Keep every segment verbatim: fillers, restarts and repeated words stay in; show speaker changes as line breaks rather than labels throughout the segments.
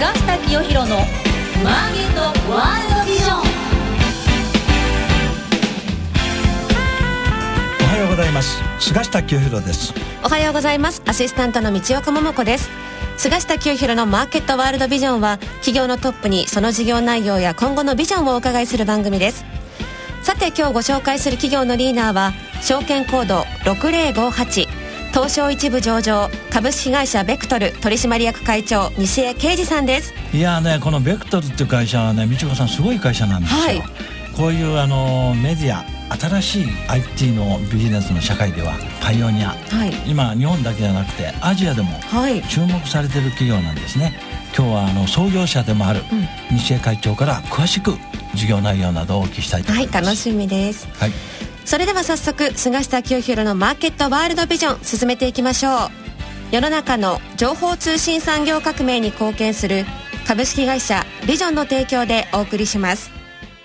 下清弘のマーケットワールドビジョン。
おはようございます。菅下清弘です。
おはようございます。アシスタントの道岡桃子です。菅下清弘のマーケットワールドビジョンは、企業のトップにその事業内容や今後のビジョンをお伺いする番組です。さて、今日ご紹介する企業のリーダーは、証券コードろくぜろごはち、東証一部上場株式会社ベクトル取締役会長西江啓二さんです。
いやね、このベクトルっていう会社はね、道岡さんすごい会社なんですよ、はい、こういうあのメディア、新しい アイティー のビジネスの社会ではパイオニア、はい、今日本だけじゃなくてアジアでも注目されている企業なんですね、はい、今日はあの創業者でもある西江会長から詳しく事業内容などをお聞きしたいと思います。
はい、楽しみです、はい、それでは早速、菅下清弘のマーケットワールドビジョン進めていきましょう。世の中の情報通信産業革命に貢献する株式会社ビジョンの提供でお送りします。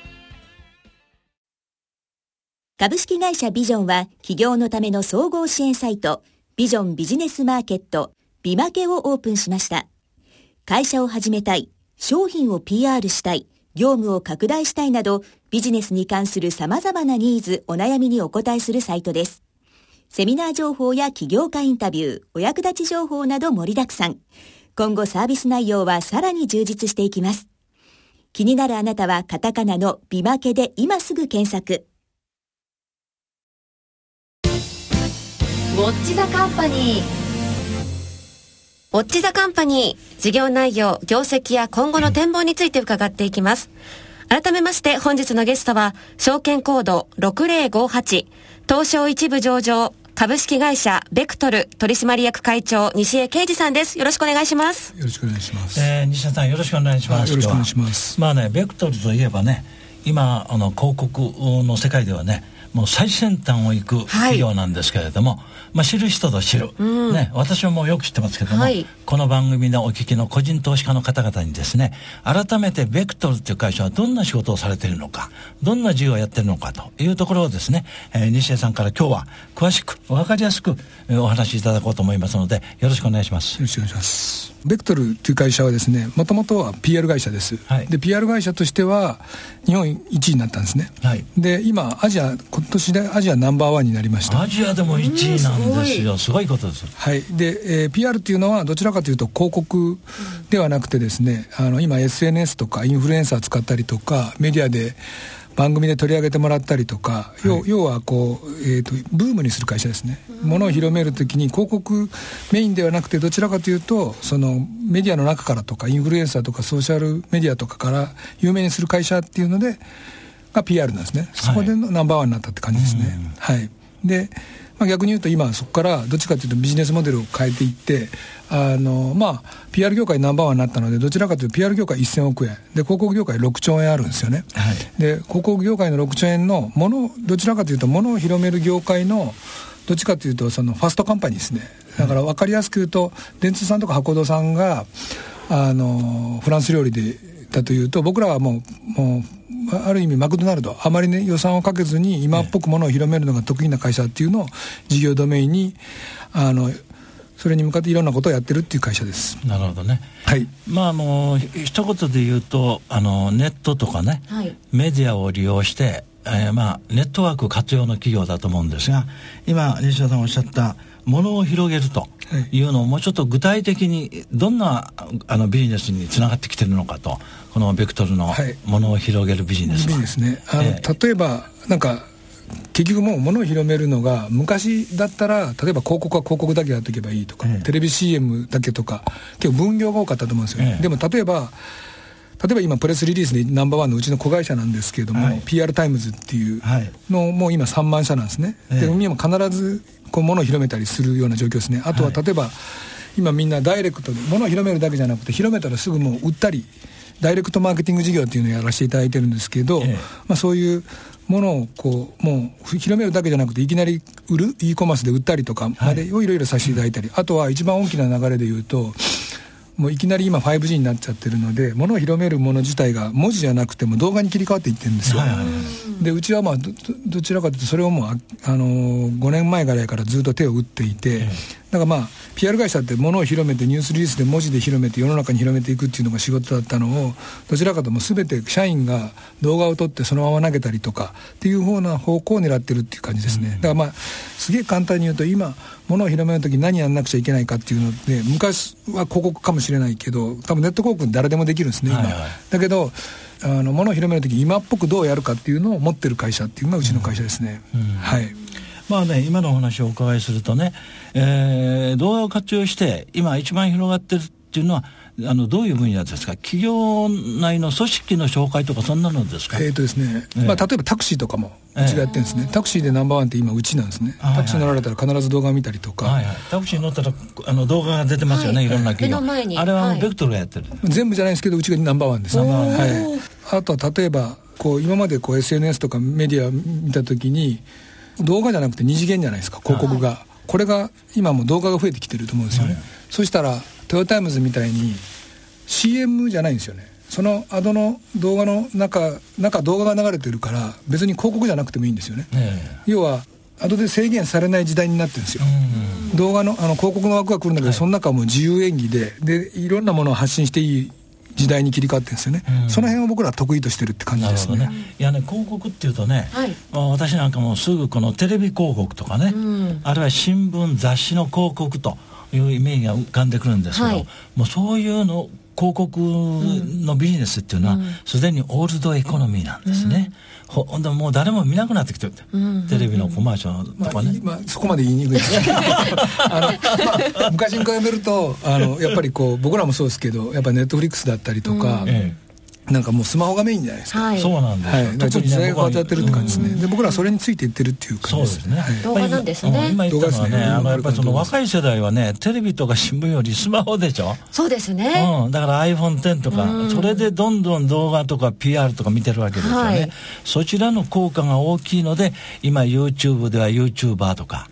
株式会社ビジョンは、企業のための総合支援サイトビジョンビジネスマーケットビマケをオープンしました。会社を始めたい、商品を ピーアール したい、業務を拡大したいなど、ビジネスに関する様々なニーズ、お悩みにお答えするサイトです。セミナー情報や起業家インタビュー、お役立ち情報など盛りだくさん。今後サービス内容はさらに充実していきます。気になるあなたはカタカナのビマケで今すぐ検索。
ウォッチザカンパニー。
ウォッチザカンパニー、事業内容、業績や今後の展望について伺っていきます。改めまして本日のゲストは、証券コードろくぜろごはち、東証一部上場株式会社ベクトル取締役会長西江啓二さんです。よろしくお願いします。
よろしくお願いします。
えー、西江さん、よろしくお願いします。
よろしくお願いします。
まあね、ベクトルといえばね、今あの広告の世界ではね、もう最先端を行く企業なんですけれども、はい、まあ、知る人ぞ知る、うんね、私はもうよく知ってますけども、はい、この番組でお聞きの個人投資家の方々にですね、改めてベクトルという会社はどんな仕事をされているのか、どんな事業をやっているのかというところをですね、えー、西江さんから今日は詳しく分かりやすく、えー、お話しいただこうと思いますので、よろしくお願いします。
よろしくお願いします。ベクトルという会社はですね、もともとは ピーアール 会社です、はい、で ピーアール 会社としては日本いちいになったんですね、はい、で今アジア今年でアジアナンバーワンになりました。
アジアでもいちいなんですよ、すごいことです。
はい、で、えー、ピーアール っていうのはどちらかというと広告ではなくてですね、あの今 エスエヌエス とかインフルエンサー使ったりとか、メディアで番組で取り上げてもらったりとか、はい、要, 要はこう、えーと、ブームにする会社ですね。ものを広めるときに広告メインではなくて、どちらかというとそのメディアの中からとかインフルエンサーとかソーシャルメディアとかから有名にする会社っていうのでが ピーアール なんですね、はい、そこでのナンバーワンになったって感じですね、はい、で、まあ、逆に言うと今そこからどっちかというとビジネスモデルを変えていって、あの、まあ、ピーアール 業界ナンバーワンになったので、どちらかというと ピーアール 業界せんおくえんで、広告業界ろくちょうえんあるんですよね、はい、で広告業界のろくちょうえんのもの、どちらかというとものを広める業界のどっちかというとそのファストカンパニーですね。だから分かりやすく言うと、電通さんとか博堂さんがあのフランス料理でだというと、僕らはもう、もうある意味マクドナルド、あまりね予算をかけずに今っぽくものを広めるのが得意な会社っていうのを事業ドメインに、あのそれに向かっていろんなことをやってるっていう会社です。
なるほどね、
はい、
まあ、あの一言で言うと、あのネットとかね、はい、メディアを利用して、えーまあ、ネットワーク活用の企業だと思うんですが、今西田さんおっしゃったものを広げるというのをもうちょっと具体的にどんなあのビジネスにつながってきてるのかと、このベクトルのものを広げるビジネスは、
ビジネスね、あの、えー、例えばなんか結局もう物を広めるのが、昔だったら例えば広告は広告だけやっていけばいいとか、えー、テレビ シーエム だけとか結構分業が多かったと思うんですよね、えー、でも例えば例えば今プレスリリースでナンバーワンのうちの子会社なんですけれども、はい、ピーアール タイムズっていうのもう今さんまんしゃなんですね、えー、で今必ずこう物を広めたりするような状況ですね。あとは例えば、はい、今みんなダイレクトで物を広めるだけじゃなくて、広めたらすぐもう売ったりダイレクトマーケティング事業っていうのをやらせていただいてるんですけど、えーまあ、そういうものをこうもう広めるだけじゃなくて、いきなり売る e コマースで売ったりとかまでをいろいろさせていただいたり、はい、あとは一番大きな流れで言うと、もういきなり今 ファイブジー になっちゃってるので、物を広めるもの自体が文字じゃなくても動画に切り替わっていってるんですよ、はいはいはい、でうちはまあ ど, どちらかというとそれをもうあ、あのー、ごねんまえぐらいからずっと手を打っていて、 だからまあ ピーアール 会社ってものを広めてニュースリリースで文字で広めて世の中に広めていくっていうのが仕事だったのを、どちらかとも全て社員が動画を撮ってそのまま投げたりとかっていう方な方向を狙ってるっていう感じですね、うん、だからまあすげえ簡単に言うと、今ものを広めるとき何やんなくちゃいけないかっていうので、昔は広告かもしれないけど多分ネット広告誰でもできるんですね今、はいはい、だけどあのものを広めるとき今っぽくどうやるかっていうのを持ってる会社っていうのがうちの会社ですね、うんうん、はい。
まあね、今のお話をお伺いするとね、えー、動画を活用して今一番広がってるっていうのはあのどういう分野ですか？企業内の組織の紹介とかそんなのですか？
えーとですね、えーまあ、例えばタクシーとかもうちがやってるんですね、えー、タクシーでナンバーワンって今うちなんですね、はいはい、タクシー乗られたら必ず動画を見たりとか、はいはい、
タクシー乗ったらあの動画が出てますよね、はい、いろんな企業、はい、あれはベクトルがやってる、はい、
全部じゃないんですけどうちがナンバーワンです、はい、あとは例えばこう今までこう エスエヌエス とかメディア見たときに動画じゃなくて二次元じゃないですか、広告が、はい、これが今も動画が増えてきてると思うんですよね、はい、そしたらトヨタイムズみたいに シーエム じゃないんですよね。そのアドの動画の中中動画が流れてるから別に広告じゃなくてもいいんですよね、えー、要はアドで制限されない時代になってるんですよ、うん、動画の、あの広告の枠が来るんだけど、はい、その中はもう自由演技ででいろんなものを発信していい時代に切り替わってるんですよね、うん、その辺を僕らは得意としてるって感じですね。
なるほどね。いやね、広告っていうとね、はい、まあ、私なんかもすぐこのテレビ広告とかね、うん、あるいは新聞雑誌の広告というイメージが浮かんでくるんですけど、はい、もうそういうの広告のビジネスっていうのはすで、うん、にオールドエコノミーなんですね、うん、ほんでもう誰も見なくなってきてるって、うん、テレビのコマーシャルとかね、
まあまあ、そこまで言いにくいですあの、まあ、昔に比べるとあのやっぱりこう僕らもそうですけど、やっぱネットフリックスだったりとか、うん、なんかもうスマホがメインじゃないですか、
はい、そうなんですよ、
はい、ちょっと時代が変わっちゃってるって感じですね、うん、で僕らはそれについていってるっていう感じです。
そうですね、はい、動画なんですね、
今言ったのはね、あのやっぱりその若い世代はね、テレビとか新聞よりスマホでしょ。
そうですね、
うん、だから アイフォンテン とか、うん、それでどんどん動画とか ピーアール とか見てるわけですよね、はい、そちらの効果が大きいので今 YouTube では YouTuber とか、うん、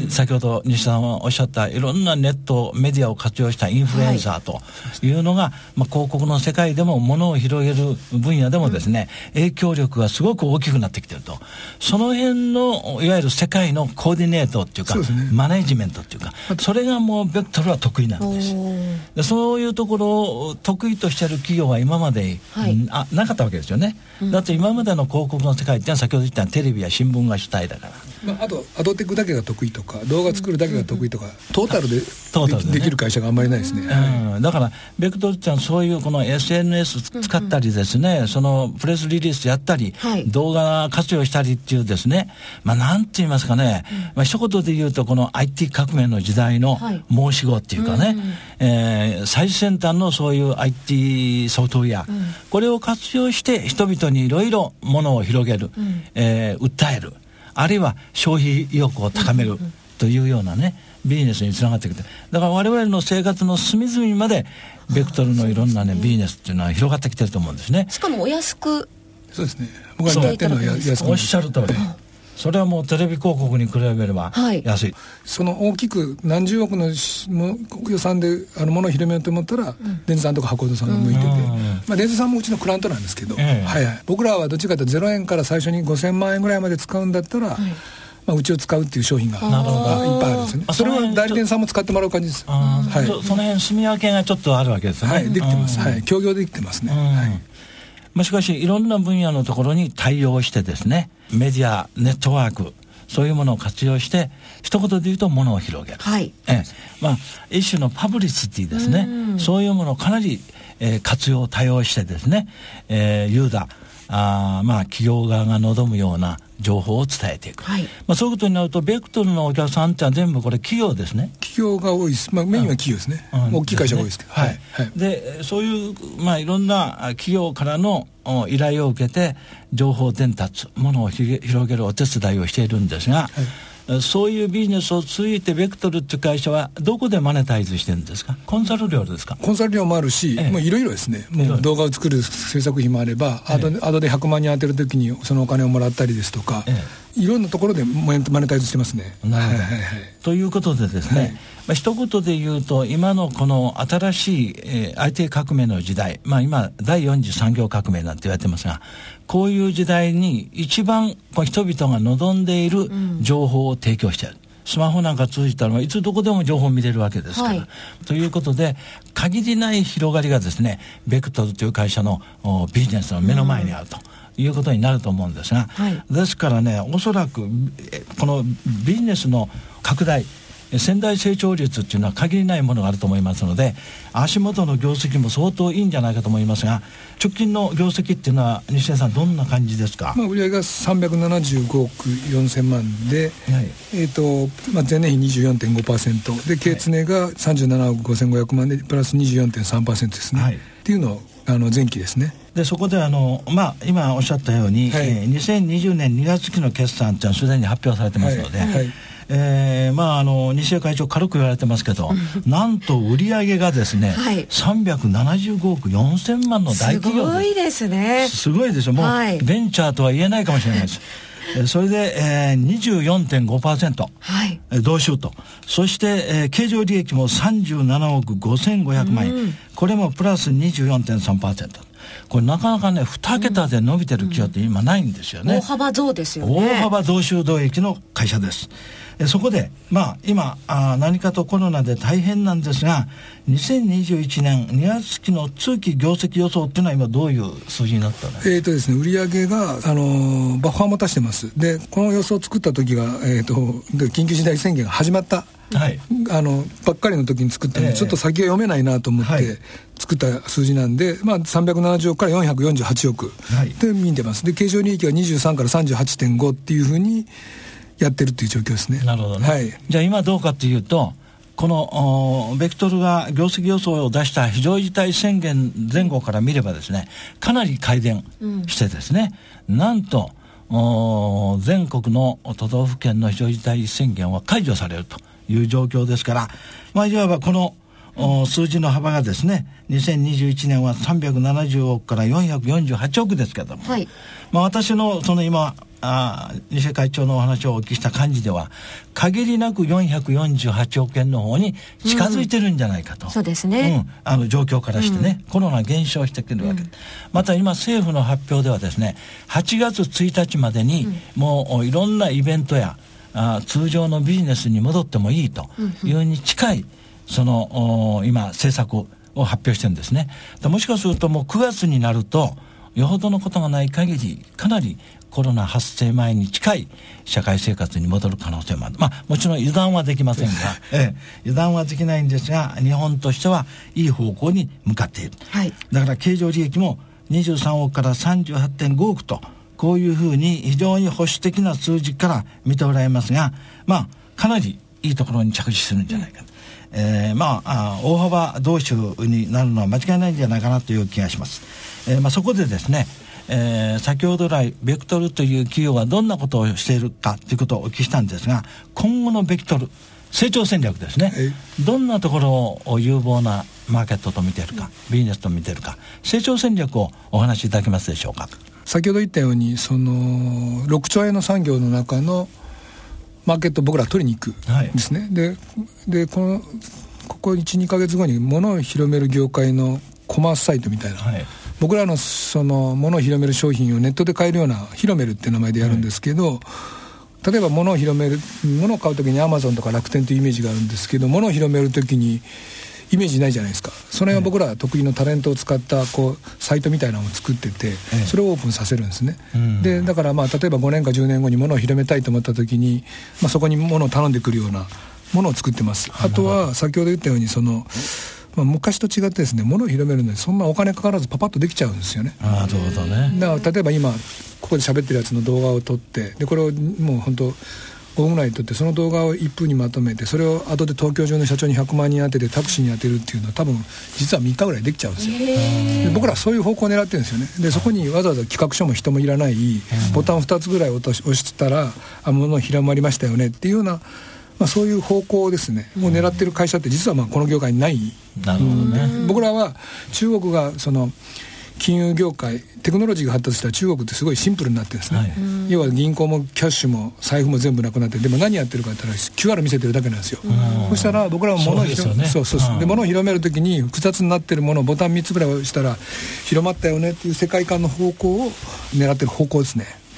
先ほど西さんはおっしゃったいろんなネットメディアを活用したインフルエンサーというのが、はい、まあ、広告の世界でもものを広げる分野でもですね、うん、影響力がすごく大きくなってきてると、その辺のいわゆる世界のコーディネートっていうか、そうですね、マネジメントっていうか、それがもうベクトルは得意なんです。でそういうところを得意としている企業は今まで、はい、あなかったわけですよね、うん、だって今までの広告の世界ってのは先ほど言ったテレビや新聞が主体だから、
まあ、あとアドテックだけが得意とか動画作るだけが得意とか、うん、トータルで、トータルで、ね、できる会社があんまりないですね、
うん、だからベクトルってのはそういうこの エスエヌエス 使ったりですね、うんうん、そのプレスリリースやったり、はい、動画活用したりっていうですね、まあなんて言いますかね、うん、まあ一言で言うとこの アイティー 革命の時代の申し子っていうかね、はい、うん、えー、最先端のそういう アイティー ソフトウェア、うん、これを活用して人々にいろいろものを広げる、うん、えー、訴える、あるいは消費意欲を高めるというようなね、ビジネスにつながってきて、だから我々の生活の隅々までベクトルのいろんなね、ビジネスっていうのは広がってきてると思うんですね。
しかもお安く、
そうですね、僕がやってるのは安く、
おっしゃる通り、それはもうテレビ広告に比べれば安い、はい、
その大きく何十億の予算であのものを広めようと思ったら、うん、電通さんとか箱戸さんが向いてて、うん、まあ、電通さんもうちのクライアントなんですけど、えーはいはい、僕らはどっちかというとゼロえんから最初にごせんまんえんぐらいまで使うんだったら、はい、まあ、うちを使うっていう商品がいっぱいあるんですよね。それは代理店さんも使ってもらう感じです。
あ、はい、そ, その辺住み分けがちょっとあるわけですね。
はい、できてます、はい、協業できてますね、はい。
まあ、しかしいろんな分野のところに対応してですね、メディアネットワークそういうものを活用して一言で言うとものを広げる、はい、えまあ、一種のパブリシティですね、うん、そういうものをかなり、えー、活用多用してですね、えー、ユーザーあまあ企業側が望むような情報を伝えていく、はい、まあ、そういうことになるとベクトルのお客さんってのは全部これ企業ですね。
企業が多いです、まあ、メインは企業ですね、うん、大きい会社が多いですけど、
はいはい、でそういう、まあ、いろんな企業からの依頼を受けて情報伝達ものを広げるお手伝いをしているんですが、はい、そういうビジネスを通じてベクトルっていう会社はどこでマネタイズしてるんですか？コンサル料ですか？コ
ンサル料もあるし、ええ、もういろいろですね。もう動画を作る制作費もあれば、ええ、アドで、アドでひゃくまんにん当てるときにそのお金をもらったりですとか、ええ、いろんなところでマネタイズしてますね。
なるほど、はいはいはい、ということでですね、はい、まあ、一言で言うと今のこの新しい、えー、アイティー 革命の時代、まあ、今だいよん次産業革命なんて言われてますが、こういう時代に一番こう人々が望んでいる情報を提供している、うん、 スマホなんか通じたらいつどこでも情報を見れるわけですから、はい、ということで限りない広がりがですねベクトルという会社のビジネスの目の前にあるということになると思うんですが、はい、ですからねおそらくこのビジネスの拡大潜在成長率っていうのは限りないものがあると思いますので足元の業績も相当いいんじゃないかと思いますが直近の業績っていうのは西出さんどんな感じですか？
まあ、売上がさんびゃくななじゅうごおくよんせんまんで、はいえーとまあ、前年比 にじゅうよんてんごパーセント で経常がさんじゅうななおくごせんごひゃくまんでプラス にじゅうよんてんさんパーセント ですね、はい、っていうのをあの前期ですね。
でそこであの、まあ、今おっしゃったように、はいえー、にせんにじゅうねんにがつ期の決算っていうのはすでに発表されてますので、はいはいえーまあ、あの西江会長軽く言われてますけどなんと売上がですね、はい、さんびゃくななじゅうごおくよんせんまんの大企業です。
すごいですね。
すごいですよ。もう、はい、ベンチャーとは言えないかもしれないですそれで、えー、にじゅうよんてんごパーセント、はい、同収とそして、えー、経常利益もさんじゅうななおくごせんごひゃくまんえん、うん、これもプラス にじゅうよんてんさんパーセント。これなかなかねに桁で伸びてる企業って今ないんですよね、
うんうん、大幅増ですよね。
大幅増収増益の会社です。そこで、まあ、今あ何かとコロナで大変なんですがにせんにじゅういちねんにがつ期の通期業績予想っていうのは今どういう数字になったの？
えーとですね、売上が、あのー、バッファーも足してます。でこの予想を作った時が、えーと、緊急事態宣言が始まった、はい、あのばっかりの時に作ったので、えー、ちょっと先が読めないなと思って、はい、作った数字なんで、まあ、さんびゃくななじゅうおくからよんひゃくよんじゅうはちおくで見てます。で経常利益がにじゅうさんからさんじゅうはちてんごっていうふうにやってるっていう状況ですね。
なるほどね、
はい、
じゃあ今どうかというとこのベクトルが業績予想を出した非常事態宣言前後から見ればですねかなり改善してですね、うん、なんと全国の都道府県の非常事態宣言は解除されるという状況ですから、まあ、いわばこの数字の幅がですねにせんにじゅういちねんはさんびゃくななじゅうおくからよんひゃくよんじゅうはちおくですけども、はいまあ、私のその今あ西江会長のお話をお聞きした感じでは限りなくよんひゃくよんじゅうはちおくえんの方に近づいてるんじゃないかと、うん、
そうですね、
うん、あの状況からしてね、うん、コロナ減少してくるわけ、うん、また今政府の発表ではですねはちがつついたちまでに、うん、もういろんなイベントやあ通常のビジネスに戻ってもいいというに近いその今政策を発表してるんですね。もしかするともうくがつになるとよほどのことがない限りかなりコロナ発生前に近い社会生活に戻る可能性もある。まあもちろん油断はできませんが、ええ、油断はできないんですが日本としてはいい方向に向かっている、はい、だから経常利益もにじゅうさんおくからさんじゅうはってんごおくとこういうふうに非常に保守的な数字から見ておられますが、まあかなりいいところに着地するんじゃないかと、えー、まあ、あ大幅増収になるのは間違いないんじゃないかなという気がします。えーまあ、そこでですね、えー、先ほど来ベクトルという企業がどんなことをしているかということをお聞きしたんですが今後のベクトル成長戦略ですね、どんなところを有望なマーケットと見ているかビジネスと見ているか成長戦略をお話しいただけますでしょうか。
先ほど言ったようにそのろくちょうえんの産業の中のマーケットを僕ら取りに行くんですね、はい、で, でこのここ いちにかげつごに物を広める業界のコマースサイトみたいな、はい、僕らのその物を広める商品をネットで買えるような広めるっていう名前でやるんですけど、はい、例えば物を広める物を買うときにアマゾンとか楽天というイメージがあるんですけど物を広めるときにイメージないじゃないですか。それは僕らは得意のタレントを使ったこうサイトみたいなのを作っててそれをオープンさせるんですね、うん、でだからまあ例えばごねんかじゅうねんごに物を広めたいと思ったときに、まあ、そこに物を頼んでくるようなものを作ってます。あとは先ほど言ったようにそのまあ、昔と違ってですね物を広めるのにそんなお金かからずパパッとできちゃうんですよね。
ああなるほどね。
だから例えば今ここで喋ってるやつの動画を撮ってでこれをもう本当ごふんぐらい撮ってその動画をいっぷんにまとめてそれを後で東京中の社長にひゃくまんにん当ててタクシーに当てるっていうのは多分実はみっかぐらいできちゃうんですよ。で僕らはそういう方向を狙ってるんですよね。でそこにわざわざ企画書も人もいらないボタンをふたつぐらい押したらあ物広まりましたよねっていうようなまあ、そういう方向ですねを狙ってる会社って実はまあこの業界にない。
なるほどね。
僕らは中国がその金融業界テクノロジーが発達したら中国ってすごいシンプルになってるんですね、はい、要は銀行もキャッシュも財布も全部なくなってでも何やってるかって言ったら キューアール 見せてるだけなんですよ。そしたら僕らは物を広め、ね、そうそうそうで物を広めるときに複雑になってるものをボタンみっつぐらい押したら広まったよねっていう世界観の方向を狙ってる方向ですね。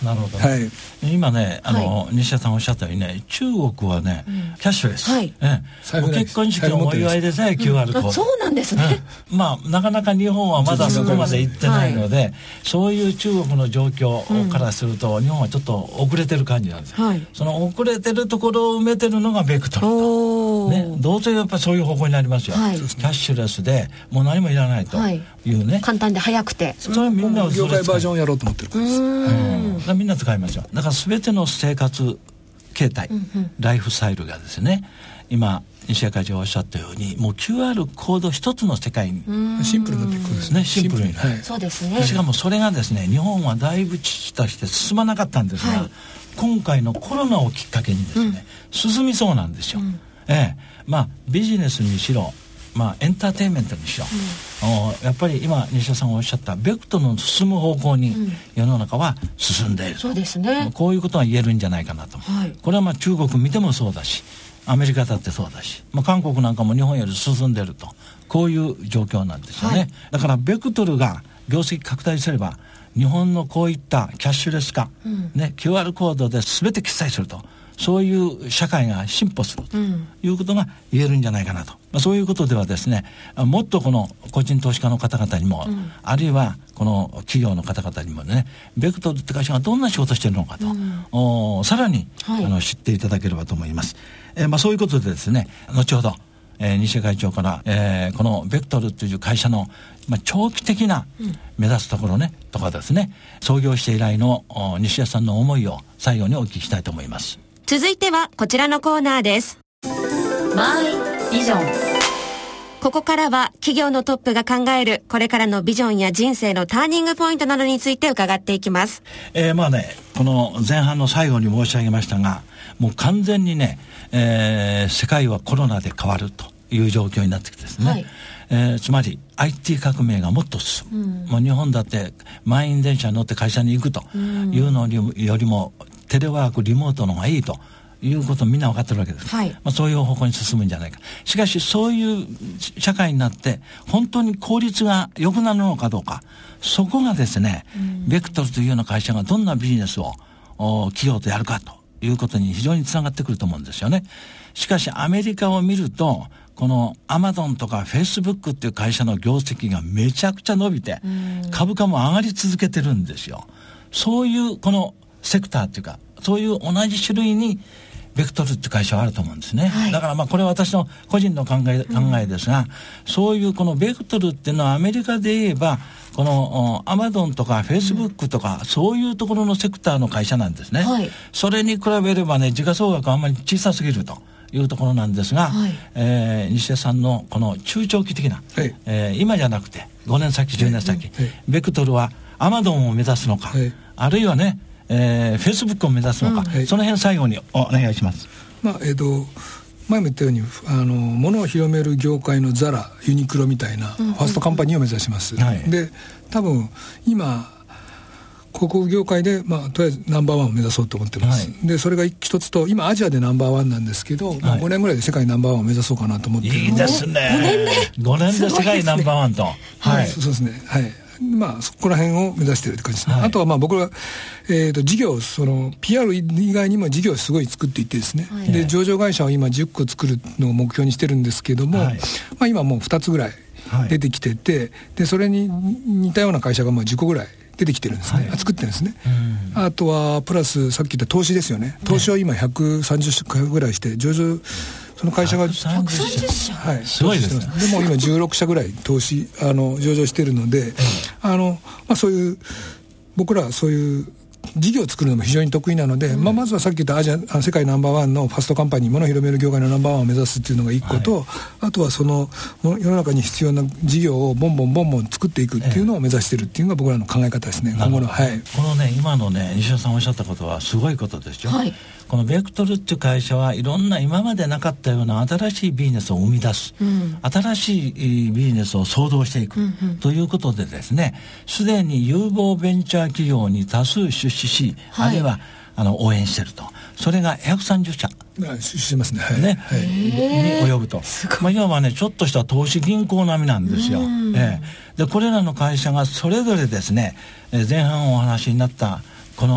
なるほど、ね、はい、今ねあの、はい、西田さんおっしゃったようにね、中国はね、うん、キャッシュレス、はい、ええ、もう結婚式のお祝いでさえ キューアール コード、うん、
そうなんですね、
うん、まあなかなか日本はまだそこまで行ってないので、はい、そういう中国の状況からすると、うん、日本はちょっと遅れてる感じなんですよ、はい、その遅れてるところを埋めてるのがベクトルと、ね、どうせやっぱりそういう方向になりますよ、はい、キャッシュレスでもう何もいらないというね、はい、
簡単で早くて、
それみんな業界バージョンをやろうと思ってるからです、
うん、みんな使いますよ。だから全ての生活形態、うんうん、ライフスタイルがですね、今西谷会長がおっしゃったようにもう キューアール コード一つの世界に
シンプルになっていくんですね。
シンプルに、はい、
そうですね。
しかもそれがですね、日本はだいぶ遅々として進まなかったんですが、はい、今回のコロナをきっかけにですね、うん、進みそうなんですよ、うん、ええ、まあビジネスにしろ、まあ、エンターテインメントにしろ、うん、やっぱり今西田さんがおっしゃったベクトルの進む方向に世の中は進んでいる、うん、
そうですね、
こういうことが言えるんじゃないかなと、はい、これはまあ中国見てもそうだし、アメリカだってそうだし、まあ、韓国なんかも日本より進んでいると、こういう状況なんですよね、はい、だからベクトルが業績拡大すれば日本のこういったキャッシュレス化、うんね、キューアール コードで全て決済すると、そういう社会が進歩するということが言えるんじゃないかなと、まあ、そういうことではですね、もっとこの個人投資家の方々にも、うん、あるいはこの企業の方々にもね、ベクトルって会社がどんな仕事をしているのかと、うん、おさらに、はい、あの知っていただければと思います。えーまあ、そういうことでですね、後ほど、えー、西会長から、えー、このベクトルという会社の、まあ、長期的な目指すところね、うん、とかですね、創業して以来の西谷さんの思いを最後にお聞きしたいと思います。
続いてはこちらのコーナーです。
マイビジョン。
ここからは企業のトップが考えるこれからのビジョンや人生のターニングポイントなどについて伺っていきます。
えー、まあね、この前半の最後に申し上げましたが、もう完全にね、えー、世界はコロナで変わるという状況になってきてですね、はい、えー、つまり アイティー 革命がもっと進む、うん、もう日本だって満員電車に乗って会社に行くというのよりも、うん、テレワークリモートの方がいいということをみんな分かってるわけです、はい、まあ、そういう方向に進むんじゃないか。しかしそういう社会になって本当に効率が良くなるのかどうか、そこがですね、うん、ベクトルというような会社がどんなビジネスを企業とやるかということに非常につながってくると思うんですよね。しかしアメリカを見ると、このアマゾンとかフェイスブックっていう会社の業績がめちゃくちゃ伸びて、うん、株価も上がり続けてるんですよ。そういうこのセクターっていうか、そういう同じ種類にベクトルって会社はあると思うんですね、はい、だからまあこれは私の個人の考え、考えですが、うん、そういうこのベクトルっていうのはアメリカで言えばこのアマゾンとかフェイスブックとか、うん、そういうところのセクターの会社なんですね、はい、それに比べればね、時価総額はあんまり小さすぎるというところなんですが、はい、えー、西出さんのこの中長期的な、はい、えー、今じゃなくてごねん先じゅうねん先、はい、ベクトルはアマゾンを目指すのか、はい、あるいはね、えー、フェイスブックを目指すのか、うん、その辺最後にお願いします。
まあえー、と前も言ったようにあの物を広める業界のザラ、ユニクロみたいなファーストカンパニーを目指します、うんうん、で多分今広告業界で、まあ、とりあえずナンバーワンを目指そうと思ってます、はい、でそれが一つと、今アジアでナンバーワンなんですけど、はい、まあ、ごねんぐらいで世界ナンバーワンを目指そうかなと思ってる。
いいですね。ごねんでごねんで世界ナンバーワンと、
はい、そうですね、はい、まあ、そこら辺を目指しているって感じですね、はい、あとはまあ僕ら、えー、と事業その ピーアール 以外にも事業をすごい作っていってですね、はい、で上場会社を今じゅっこ作るのを目標にしてるんですけども、はい、まあ、今もうふたつぐらい出てきてて、はい、でそれに似たような会社がまあじゅっこぐらい出てきてるんですね、はい、作ってるんですね、うん、あとはプラスさっき言った投資ですよね。投資は今ひゃくさんじゅっしゃぐらいして上場その会社が
ひゃくさんじゅっしゃ、
はい、すごいですね。
でも今じゅうろくしゃぐらい投資あの上場してるので、あの、まあ、そういう僕らはそういう事業を作るのも非常に得意なので、うん、まあ、まずはさっき言ったアジア世界ナンバーワンのファストカンパニー、物を広める業界のナンバーワンを目指すっていうのが一個と、はい、あとはその世の中に必要な事業をボンボンボンボン作っていくっていうのを目指してるっていうのが僕らの考え方ですね、今後の、はい、
このね今のね西田さんおっしゃったことはすごいことですよ、はい、このベクトルっていう会社はいろんな今までなかったような新しいビジネスを生み出す、うん、新しいビジネスを創造していく、うんうん、ということでですね、すでに有望ベンチャー企業に多数出資し、はい、あるいはあの応援していると、それがひゃくさんじゅっしゃ
してますね、はい
ね、
はい、
に及ぶと、まあ、今はねちょっとした投資銀行並みなんですよ、ええ、でこれらの会社がそれぞれですね、えー、前半お話になったこの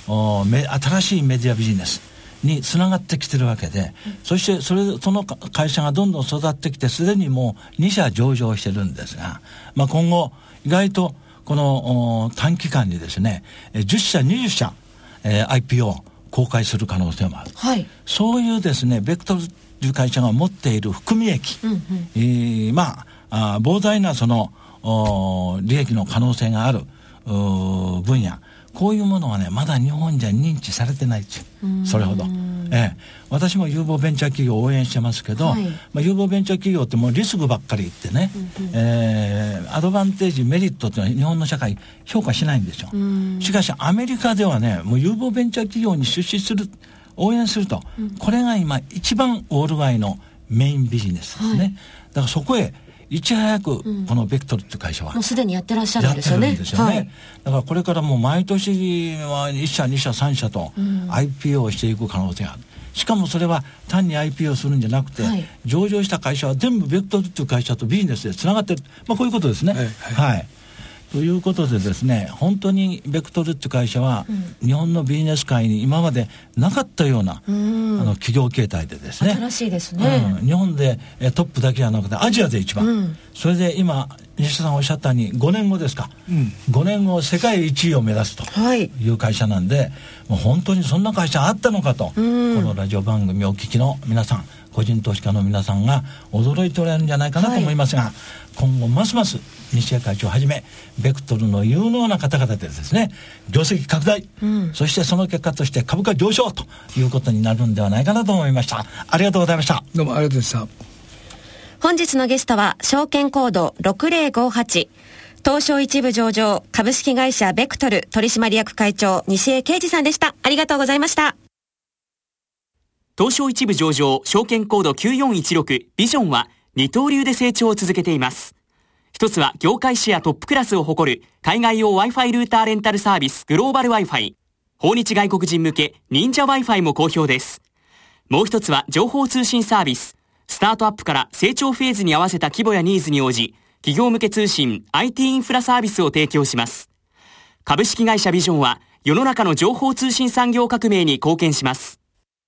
新しいメディアビジネスにつながってきてるわけで、うん、そしてそれその会社がどんどん育ってきてすでにもうに社上場してるんですが、まあ、今後意外とこの短期間にですねじゅっ社にじゅっ社、えー、アイピーオー 公開する可能性もある、はい、そういうですねベクトルという会社が持っている含み益、うんうんえー、まあ、あ膨大なその利益の可能性がある分野、こういうものはねまだ日本じゃ認知されてないですよ。それほど、ええ、私も有望ベンチャー企業を応援してますけど、はい、まあ、有望ベンチャー企業ってもうリスクばっかり言ってね、うんうんえー、アドバンテージメリットっていうのは日本の社会評価しないんですよ。しかしアメリカではねもう有望ベンチャー企業に出資する応援すると、うん、これが今一番ウォール街のメインビジネスですね、はい、だからそこへいち早くこのベクトルっていう会社は、うん、
もうすでにやってらっしゃるんですよね。
やってるんですよね、はい、だからこれからもう毎年はいっ社に社さん社と アイピーオー をしていく可能性がある、うん、しかもそれは単に アイピーオー するんじゃなくて、はい、上場した会社は全部ベクトルっていう会社とビジネスでつながってる、まあ、こういうことですね、はい、はいはい、ということでですね本当にベクトルっていう会社は、うん、日本のビジネス界に今までなかったような、うん、あの企業形態でですね
新しいですね、
うん、日本でえトップだけじゃなくてアジアで一番、うん、それで今西田さんおっしゃったようにごねんごですか、うん、ごねんご世界いちいを目指すという会社なんで、はい、もう本当にそんな会社あったのかと、うん、このラジオ番組をお聞きの皆さん個人投資家の皆さんが驚いておられるんじゃないかなと思いますが、はい、今後ますます西谷会長をはじめベクトルの有能な方々でですね業績拡大、うん、そしてその結果として株価上昇ということになるんではないかなと思いました。ありがとうございました。
どうもありがとうございました。
本日のゲストは証券コードろくぜろごはち東証一部上場株式会社ベクトル取締役会長西江圭司さんでした。ありがとうございました。
東証一部上場証券コードきゅうよんいちろくビジョンは二刀流で成長を続けています。一つは業界シェアトップクラスを誇る海外用 Wi-Fi ルーターレンタルサービスグローバル Wi-Fi。訪日外国人向け忍者 Wi-Fi も好評です。もう一つは情報通信サービス。スタートアップから成長フェーズに合わせた規模やニーズに応じ、企業向け通信 アイティー インフラサービスを提供します。株式会社ビジョンは世の中の情報通信産業革命に貢献します。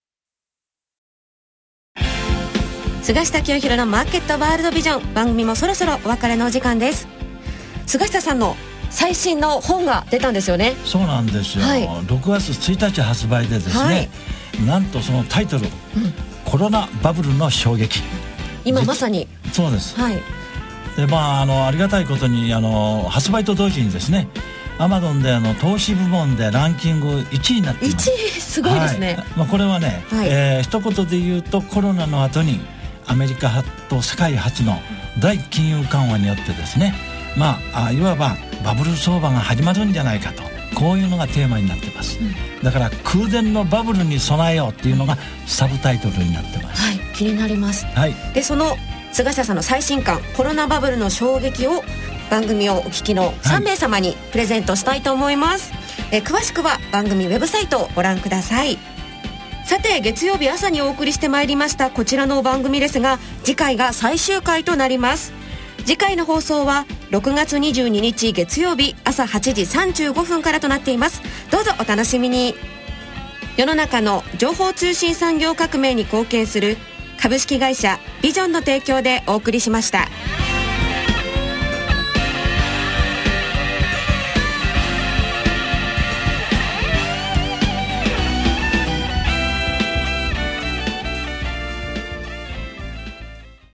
菅下清弘のマーケットワールドビジョン、番組もそろそろお別れのお時間です。菅下さんの最新の本が出たんですよね。
そうなんですよ、はい、ろくがつついたち発売でですね、はい、なんとそのタイトル、うん、コロナバブルの衝撃、
今まさに
そうです、はい、でまああのありがたいことにあの発売と同時にですねアマゾンであの投資部門でランキングいちいになっています。
いちいすごいですね、
はい、まあ、これはね、はい、えー、一言で言うとコロナの後にアメリカと世界初の大金融緩和によってですね、まあ、あいわばバブル相場が始まるんじゃないかと、こういうのがテーマになってます、うん、だから空前のバブルに備えようっていうのがサブタイトルになってます。
はい、気になります、
はい、
でその菅下さんの最新刊コロナバブルの衝撃を番組をお聞きのさんめい様にプレゼントしたいと思います、はい、え詳しくは番組ウェブサイトをご覧ください。さて月曜日朝にお送りしてまいりましたこちらの番組ですが、次回が最終回となります。次回の放送はろくがつにじゅうににち月曜日朝はちじさんじゅうごふんからとなっています。どうぞお楽しみに。世の中の情報通信産業革命に貢献する株式会社ビジョンの提供でお送りしました。